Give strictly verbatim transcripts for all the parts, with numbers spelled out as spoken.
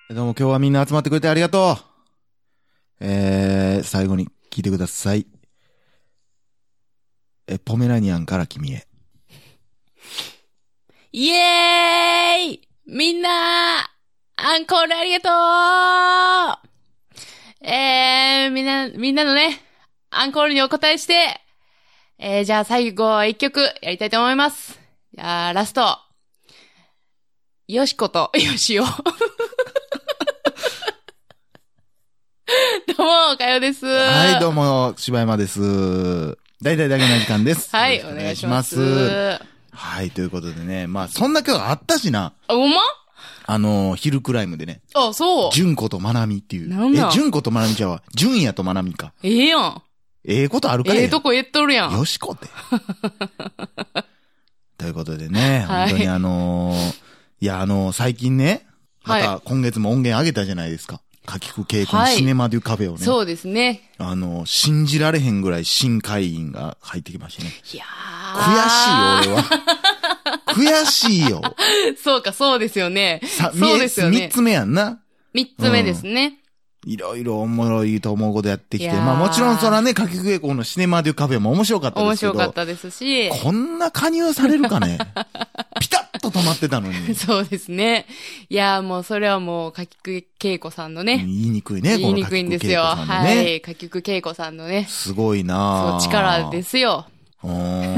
どうも今日はみんな集まってくれてありがとう。えー、最後に聞いてください。え、ポメラニアンから君へ。 イエーイみんなアンコールありがとう。えー、みんな、みんなのね、アンコールにお答えして、えー、じゃあ最後一曲やりたいと思います。じゃあラスト。よしことよしお。どうも、かよです。 はい、どうも、柴山です。大体だけの時間です。 はい、お願いします。 はい、ということでね、まあ、そんな曲あったしな。 あ、ほんま？ あのー、ヒルクライムでね。 あ、そう。 純子とまなみっていう。 なんだ？ え、純子とまなみちゃうわ。純也とまなみか。 ええやん。 ええことあるかい。 ええとこ言っとるやん。 よしこって。ということでね、本当にあのー、いや、あのー、最近ね、また今月も音源上げたじゃないですか。かきく稽古のシネマデュカフェをね。 そうですね。 あの、信じられへんぐらい新会員が入ってきましてね。 いやー。悔しいよ、俺は。悔しいよ。 そうか、そうですよね。 さ、 そうですよね。 三つ目やんな。 三つ目ですね。 いろいろおもろいと思うことやってきて。まあもちろんそらね、かきく稽古のシネマデュカフェも面白かったですけど。 面白かったですし。 こんな加入されるかね。ピタッと止まってたのに。 そうですね。いやーもうそれはもう、かきく稽古さんのね。 言いにくいね、 言いにくいんですよ。はい。かきく稽古さんのね。 すごいなそう、力ですよ。 うん、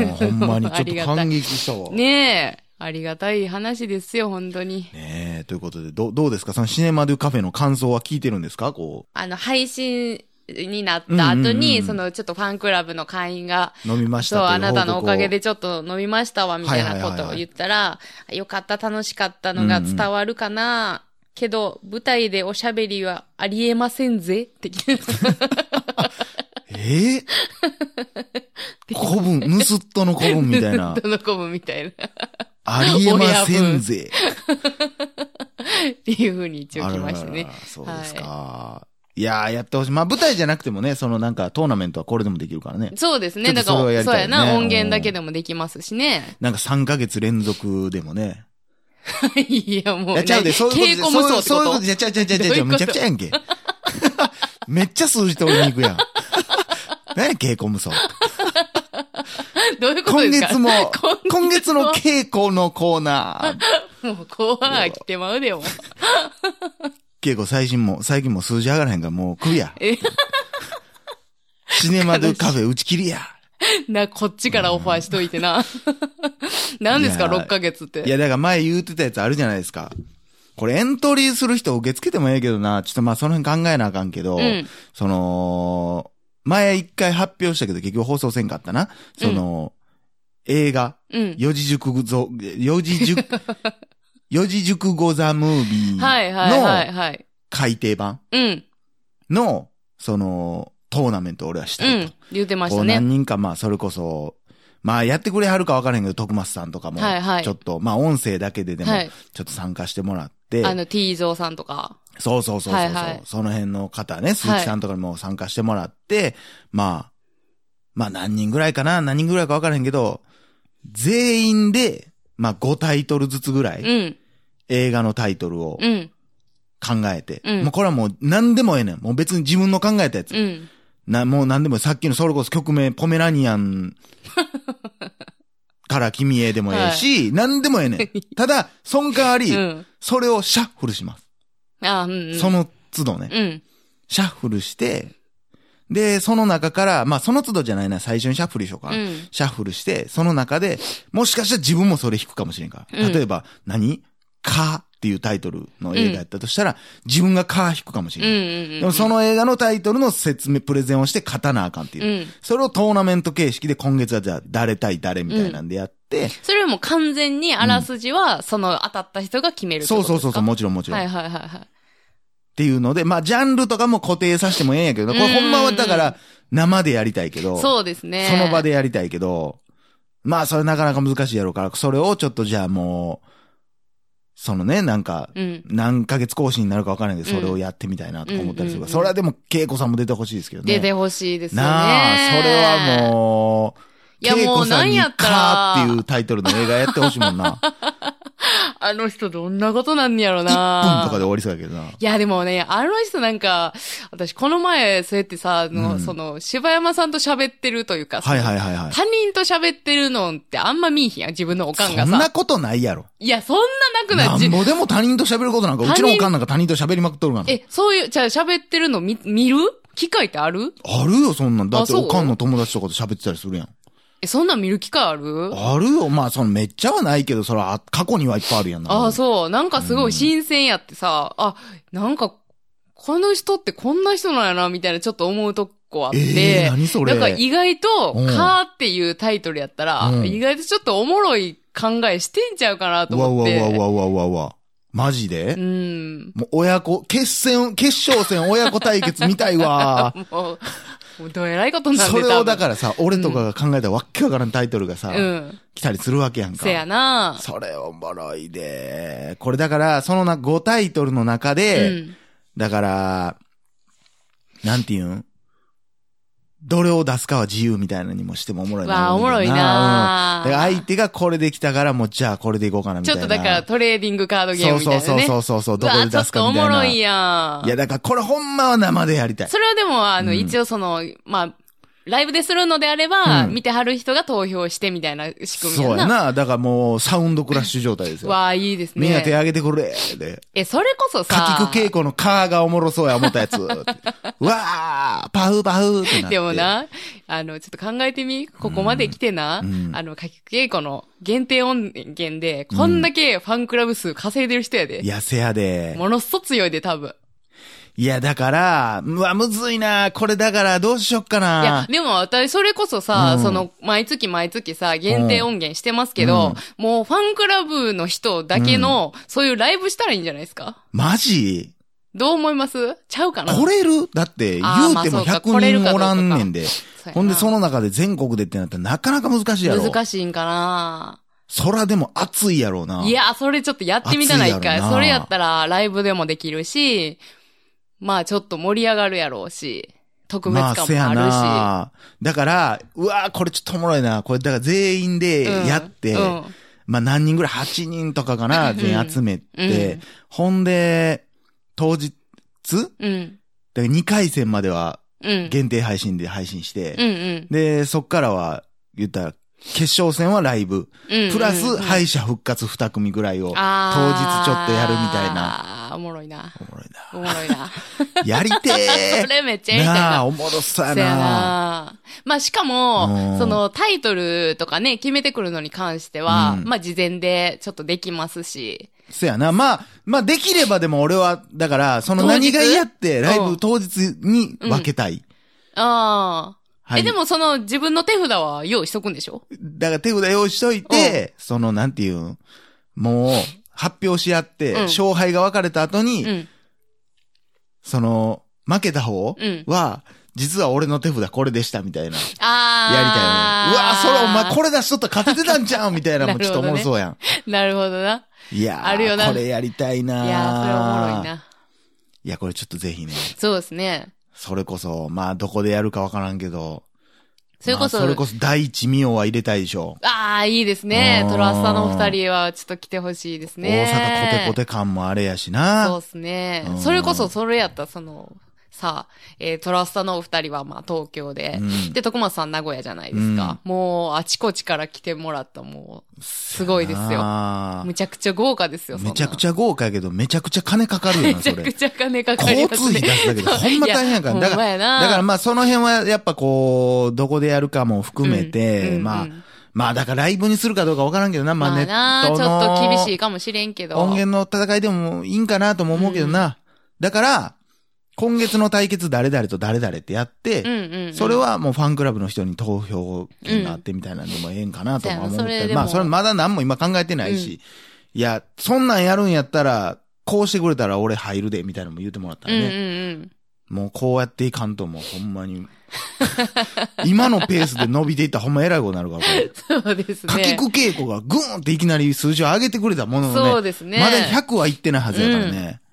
ほんまにちょっと感激したわ。 ねえ。ありがたい話ですよ、本当に。 ねえ、ということで、ど、どうですかそのシネマドゥカフェの感想は聞いてるんですかこう。 あの、配信になった後に、その、ちょっとファンクラブの会員が、 飲みましたそう、あなたのおかげでちょっと飲みましたわ、みたいなことを言ったら、よかった、楽しかったのが伝わるかな、うんうん、けど、舞台でおしゃべりはありえませんぜ、って聞いてええー、古文、ヌスットの古文みたいな。 ヌスットの古文みたいな。 ありえませんぜ。 っていう風に一応来ましたね。 あらららそうですか。はい、いやー、やってほしい。まあ、舞台じゃなくてもね、そのなんかトーナメントはこれでもできるからね。 そうですね。だから、そうやそうやな、音源だけでもできますしね。 なんかさんかげつ連続でもね。 いや、もう、ね。 やっちゃうで、そういうこと稽古無双ってことそういうこと、やっちゃうちゃうちゃうちゃう、めちゃくちゃやんけ。めっちゃ数字取りに行くやん。何や、稽古無双。 どういうことですか？ 今月も、今月の稽古のコーナー。もう、後半来てまうでよ。 稽古最新も、最近も数字上がらへんからもう来るや。シネマドゥカフェ打ち切りや。 な、こっちからオファーしといてな。何ですか、ろっかげつって。 いや、だから前言うてたやつあるじゃないですか。これエントリーする人受け付けてもええけどな、ちょっとまあその辺考えなあかんけど、うん、その、前一回発表したけど結局放送せんかったな。その、うん、映画、うん、四字熟語、四字熟、四字熟語ザムービーの、はいはいはいはい。改訂版の、その、トーナメントを俺はしたいと。うん、 言ってましたね。 何人かまあそれこそ、まあやってくれはるか分からへんけど、徳松さんとかも、はいはい。ちょっと、まあ音声だけででも、ちょっと参加してもらって、 はい、あの、T ゾーさんとか。 そうそうそうそう、はいはい。その辺の方ね、鈴木さんとかにも参加してもらって、はい、まあ、まあ何人ぐらいかな、何人ぐらいか分からへんけど、全員で、まあごタイトルずつぐらい、うん、映画のタイトルを考えて、うん、もうこれはもう何でもええねん。もう別に自分の考えたやつ。うん、な、もう何でもさっきのそれこそ曲名、ポメラニアンから君へでもええし、はい、何でもええねん。ただ、その代わり、うん、それをシャッフルします。 ああ、うんうん、 その都度ね、うん。シャッフルして、で、その中から、まあその都度じゃないな、最初にシャッフルしようかな、うん。シャッフルして、その中で、もしかしたら自分もそれ弾くかもしれんから。例えば、うん、何かっていうタイトルの映画やったとしたら、うん、自分がカー弾くかもしれない、うんうんうんうん。でもその映画のタイトルの説明、プレゼンをして勝たなあかんっていう。うん、それをトーナメント形式で今月はじゃあ誰対誰みたいなんでやって、うん、 それはもう完全にあらすじは、その当たった人が決めるってことですか？ そうそうそう、もちろんもちろん。 はいはいはいはい。 っていうので、まあジャンルとかも固定させてもええんやけど、これほんまはだから生でやりたいけど、 そうですね。 その場でやりたいけど、まあそれなかなか難しいやろうから、それをちょっとじゃあもう、そのね、なんか、何ヶ月更新になるか分からないけど、それをやってみたいなとか思ったりするから、それはでも、恵子さんも出てほしいですけどね。 出てほしいですよね。 なあ、それはもう、恵子さんにカーっていうタイトルの映画やってほしいもんな。 あの人どんなことなんねやろな。 いっぷんとかで終わりそうやけどな。 いや、でもね、あの人なんか、私この前、そうやってさ、あの、うん、その、柴山さんと喋ってるというか、 はいはいはいはい。 他人と喋ってるのってあんま見いひんやん、自分のおかんがさ。 そんなことないやろ。 いや、そんななくない。 なんぼでも他人と喋ることなんか、うちのおかんなんか他人と喋りまくっとるがな。 え、そういう、じゃあ喋ってるの見、見る機会ってある？ あるよ、そんなん。だっておかんの友達とかと喋ってたりするやん。 え、そんなん見る機会ある？ あるよ。まあ、そのめっちゃはないけど、それは過去にはいっぱいあるやんな。 ああ、そう。なんかすごい新鮮やってさ、うん、あ、なんか、この人ってこんな人なんやな、みたいなちょっと思うとこあって。 えー、何それ？ なんか意外と、うん、カーっていうタイトルやったら、うん、意外とちょっとおもろい考えしてんちゃうかなと思って。 わわわわわわわわ。マジで？うん。もう親子、決戦、決勝戦親子対決見たいわ。 もうもうどうえらいことになってそれをだからさ、俺とかが考えたわっけわからんタイトルがさ、うん、来たりするわけやんか。 せやな。 それおもろいで。これだから、そのな、ごタイトルの中で、うん、だから、なんていうんどれを出すかは自由みたいなのにもしてもおもろいな。 わあ、おもろいな、 うん。だから相手がこれできたから、もうじゃあこれでいこうかなみたいな。 ちょっとだからトレーディングカードゲームみたいなね。 そうそうそうそう、どこで出すかみたいな。ちょっとおもろいやん。 いや、だからこれほんまは生でやりたい。 それはでも、あの、うん、一応その、まあ、ライブでするのであれば、うん、見てはる人が投票してみたいな仕組みやな。 そうやな。だからもう、サウンドクラッシュ状態ですよ。 わあ、いいですね。 みんな手挙げてくれ、で。 え、それこそさ。 かきく稽古のカーがおもろそうや思ったやつ。わあ、パフパフってなって。 でもな、あの、ちょっと考えてみ、ここまで来てな、うんうん、あの、かきく稽古の限定音源で、こんだけファンクラブ数稼いでる人やで。 いや、せやで。 ものすご強いで、多分。 いや、だから、うわ、むずいな。これだから、どうしよっかな。 いや、でも私、それこそさ、うん、その、毎月毎月さ、限定音源してますけど、うん、もうファンクラブの人だけの、うん、そういうライブしたらいいんじゃないですか？ マジ？ どう思います？ちゃうかな？ 来れる？だって、言うてもひゃくにんおらんねんで。ほんで、その中で全国でってなったらなかなか難しいやろ。 難しいんかな。 そらでも熱いやろうな。 いや、それちょっとやってみたら一回。それやったら、ライブでもできるし、まあちょっと盛り上がるやろうし、特別感もあるし。まあ、せやな。 だから、うわこれちょっとおもろいな。これだから全員でやって、うんうん、まあ何人ぐらい ?はち 人とかかな、全員集めて、うん、ほんで、当日、うん、だからにかい戦までは限定配信で配信して、うんうん、で、そっからは言ったら、決勝戦はライブ。うんうんうん、プラス、敗者復活に組ぐらいを、当日ちょっとやるみたいな。 ああ、おもろいな。 おもろいな。 おもろいな。 やりてー。 それめっちゃやりたいな。 なあ、おもろそうやな。 やな。まあ、しかも、そのタイトルとかね、決めてくるのに関しては、うん、まあ、事前でちょっとできますし。 そやな。まあ、まあ、できればでも俺は、だから、その何が嫌って、ライブ当日に分けたい。 うん、ああ。はい、え、でもその自分の手札は用意しとくんでしょ？ だから手札用意しといて、うん、そのなんていうん、もう発表し合って、うん、勝敗が分かれた後に、うん、その負けた方は、うん、実は俺の手札これでしたみたいな。あやりたいよね。うわそれお前これ出しとったら勝ててたんちゃうみたいなのもちょっとおもろそうやん。 なるほどな。 いやー、あるよな。これやりたいなー。 いやー、それおもろいな。 いや、これちょっとぜひね。 そうですね。 それこそ、まあ、どこでやるかわからんけど。 それこそ、まあ、 それこそ第一ミオは入れたいでしょ。 ああ、いいですね。トラスタのお二人はちょっと来てほしいですね。 大阪コテコテ感もあれやしな。 そうですね。それこそそれやったら、その、さあ、えー、トラスタのお二人はまあ東京で、うん、で、徳松さん名古屋じゃないですか。うん、もう、あちこちから来てもらったもう、すごいですよ。むちゃくちゃ豪華ですよ、 めちゃくちゃ豪華やけど、めちゃくちゃ金かかるよな、それ。 めちゃくちゃ金かかる、ね。 交通費出すだけで、ほんま大変やから。だから、だからまあその辺はやっぱこう、どこでやるかも含めて、うんうん、まあ、まあだからライブにするかどうかわからんけどな、まあネットの。まあな、 ちょっと厳しいかもしれんけど。 音源の戦いでもいいんかなとも思うけどな。うん、だから、今月の対決誰々と誰々ってやって、うんうんうん、それはもうファンクラブの人に投票権があってみたいなんでもええんかなとは思って、うん、まあそれまだ何も今考えてないし、うん、いや、そんなんやるんやったら、こうしてくれたら俺入るで、みたいなのも言ってもらったらね。うんうんうん、もうこうやっていかんともうほんまに、今のペースで伸びていったらほんま偉いことになるから、これ。そうですね。 かきく稽古がグーンっていきなり数字を上げてくれたもののね。 そうですね。 まだひゃくはいってないはずやからね。うん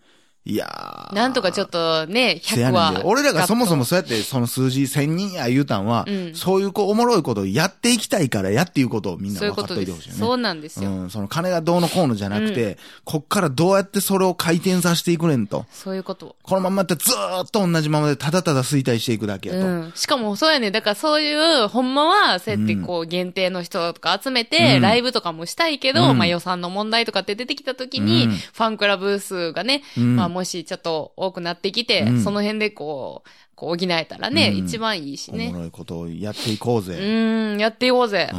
いやー。 なんとかちょっとね、ひゃくは。 俺らがそもそもそうやってその数字せんにんや言うたんは、うん、そういうこうおもろいことをやっていきたいからやっていうことをみんな分かっといてほしいよね。 そうなんですよ。 うん、その金がどうのこうのじゃなくて、うん、こっからどうやってそれを回転させていくねんと。 そういうこと。 このままやってずーっと同じままでただただ衰退していくだけやと。 うん、しかもそうやね。だからそういう、ほんまはそうやってこう限定の人とか集めて、うん、ライブとかもしたいけど、うん、まあ予算の問題とかって出てきた時に、うん、ファンクラブ数がね、うん、まあもしちょっと多くなってきて、うん、その辺でこう、こう補えたらね、うん、一番いいしね。 おもろいことをやっていこうぜ。 うん、やっていこうぜ。 うん。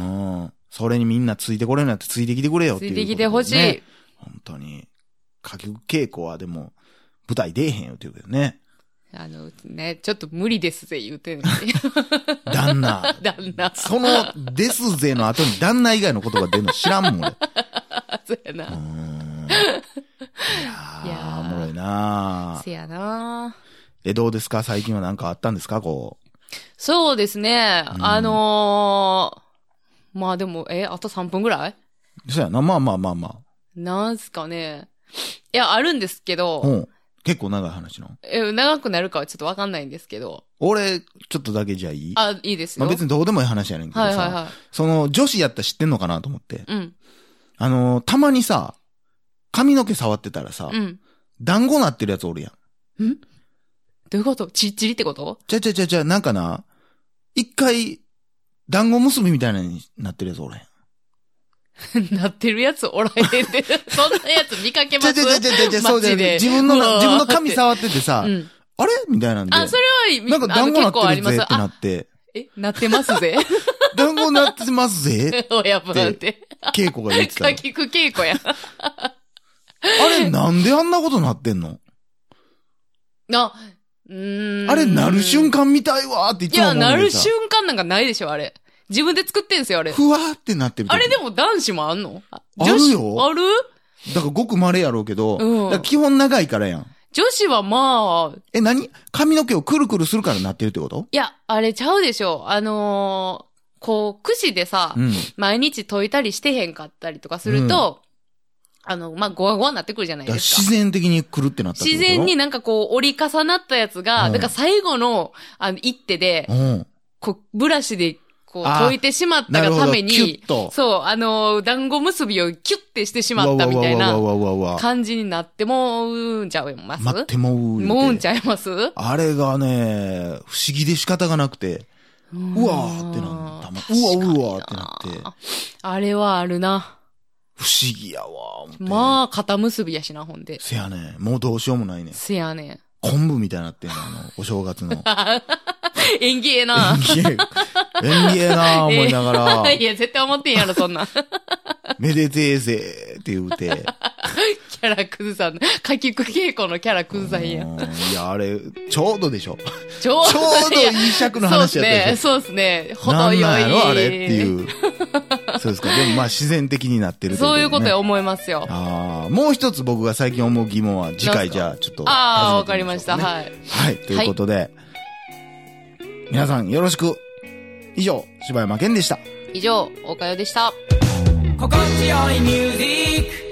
それにみんなついてこれなってついてきてくれよっていう、ね。 ついてきてほしい。 本当に。歌曲稽古はでも、舞台出えへんよって言うけどね。 あの、ね、ちょっと無理ですぜ言うてんのに。 旦那。 旦那。 その、ですぜの後に旦那以外の言葉出るの知らんもん俺。 そうやな。うーん。いやー、いやーおもろいなー。 せやなー。 え、どうですか最近は何かあったんですかこう。 そうですね。うん、あのー、まあでも、え、あとさんぷんぐらいそうやな。まあまあまあまあ。 なんすかね。いや、あるんですけど。 うん。結構長い話の。 え、長くなるかはちょっとわかんないんですけど。 俺、ちょっとだけじゃあいい？ あ、いいですよ。 まあ別にどうでもいい話やねんけどさ。はいはいはい。その、女子やったら知ってんのかなと思って。 うん。 あのー、たまにさ、髪の毛触ってたらさ、うん。団子なってるやつおるやん。 んどういうことちっちりってこと？ ちゃちゃちゃちゃ、なんかな、一回、団子結びみたいなになってるやつおらへん。 なってるやつおらへんって、そんなやつ見かけます？ ちゃちゃちゃちゃちゃ、そうじゃね。自分の、自分の髪触っててさ、うん、あれみたいなんで。 あ、それは、 なんか団子なってるぜってなって。 え、なってますぜ。 団子なってますぜ。 親分って。 稽古が言ってた。 かきく稽古や。 あれ、なんであんなことなってんの？ あ、うーん。 あれ、なる瞬間見たいわーって言ってたもんね。 いや、なる瞬間なんかないでしょ、あれ。自分で作ってんすよ、あれ。 ふわーってなってる。 あれでも男子もあんの？ あるよ。 ある？ だからごく稀やろうけど、 うん、 基本長いからやん。 女子はまあ。 え、何？髪の毛をくるくるするからなってるってこと？ いや、あれちゃうでしょ。あのー、こう、櫛でさ、うん、毎日解いたりしてへんかったりとかすると、うん、あの、まあ、ゴワゴワになってくるじゃないですか。 自然的にくるってなったってこと？ 自然になんかこう、折り重なったやつが、うん、だから最後の、あの、一手で、うん、こう、ブラシで、こう、解いてしまったがために、そう、あの、団子結びをキュッてしてしまったみたいな感じになってもうんちゃいます？ 待ってもう。 もうんちゃいます？ あれがね、不思議で仕方がなくて、うわーってなった。うわうわってなって。 あれはあるな。 不思議やわ。 まあ、肩結びやしな、ほんで。 せやね。もうどうしようもないね。 せやね。 昆布みたいになってんの、あの、お正月の。 縁起ええな。 縁起ええ。縁起ええな思いながら。 いや、絶対思ってんやろ、そんな。 めでてえぜって言うて。 キャラ崩さんの。かきく稽古のキャラ崩さんや。 いや、あれ、ちょうどでしょ。 ちょうど。 ちょうどいい尺の話やったでしょ。 そうですね。そうですね。ほどよい。 なんなんやろあれっていう。そうですか。でもまあ自然的になってるってこと、ね。 そういうことや思いますよ。 ああ、もう一つ僕が最近思う疑問は次回じゃあちょっと、ね。 ああ、わかりました。はい。 はい。ということで、はい、皆さんよろしく。以上、柴山健でした。 以上、大川でした。 心地よいミュージック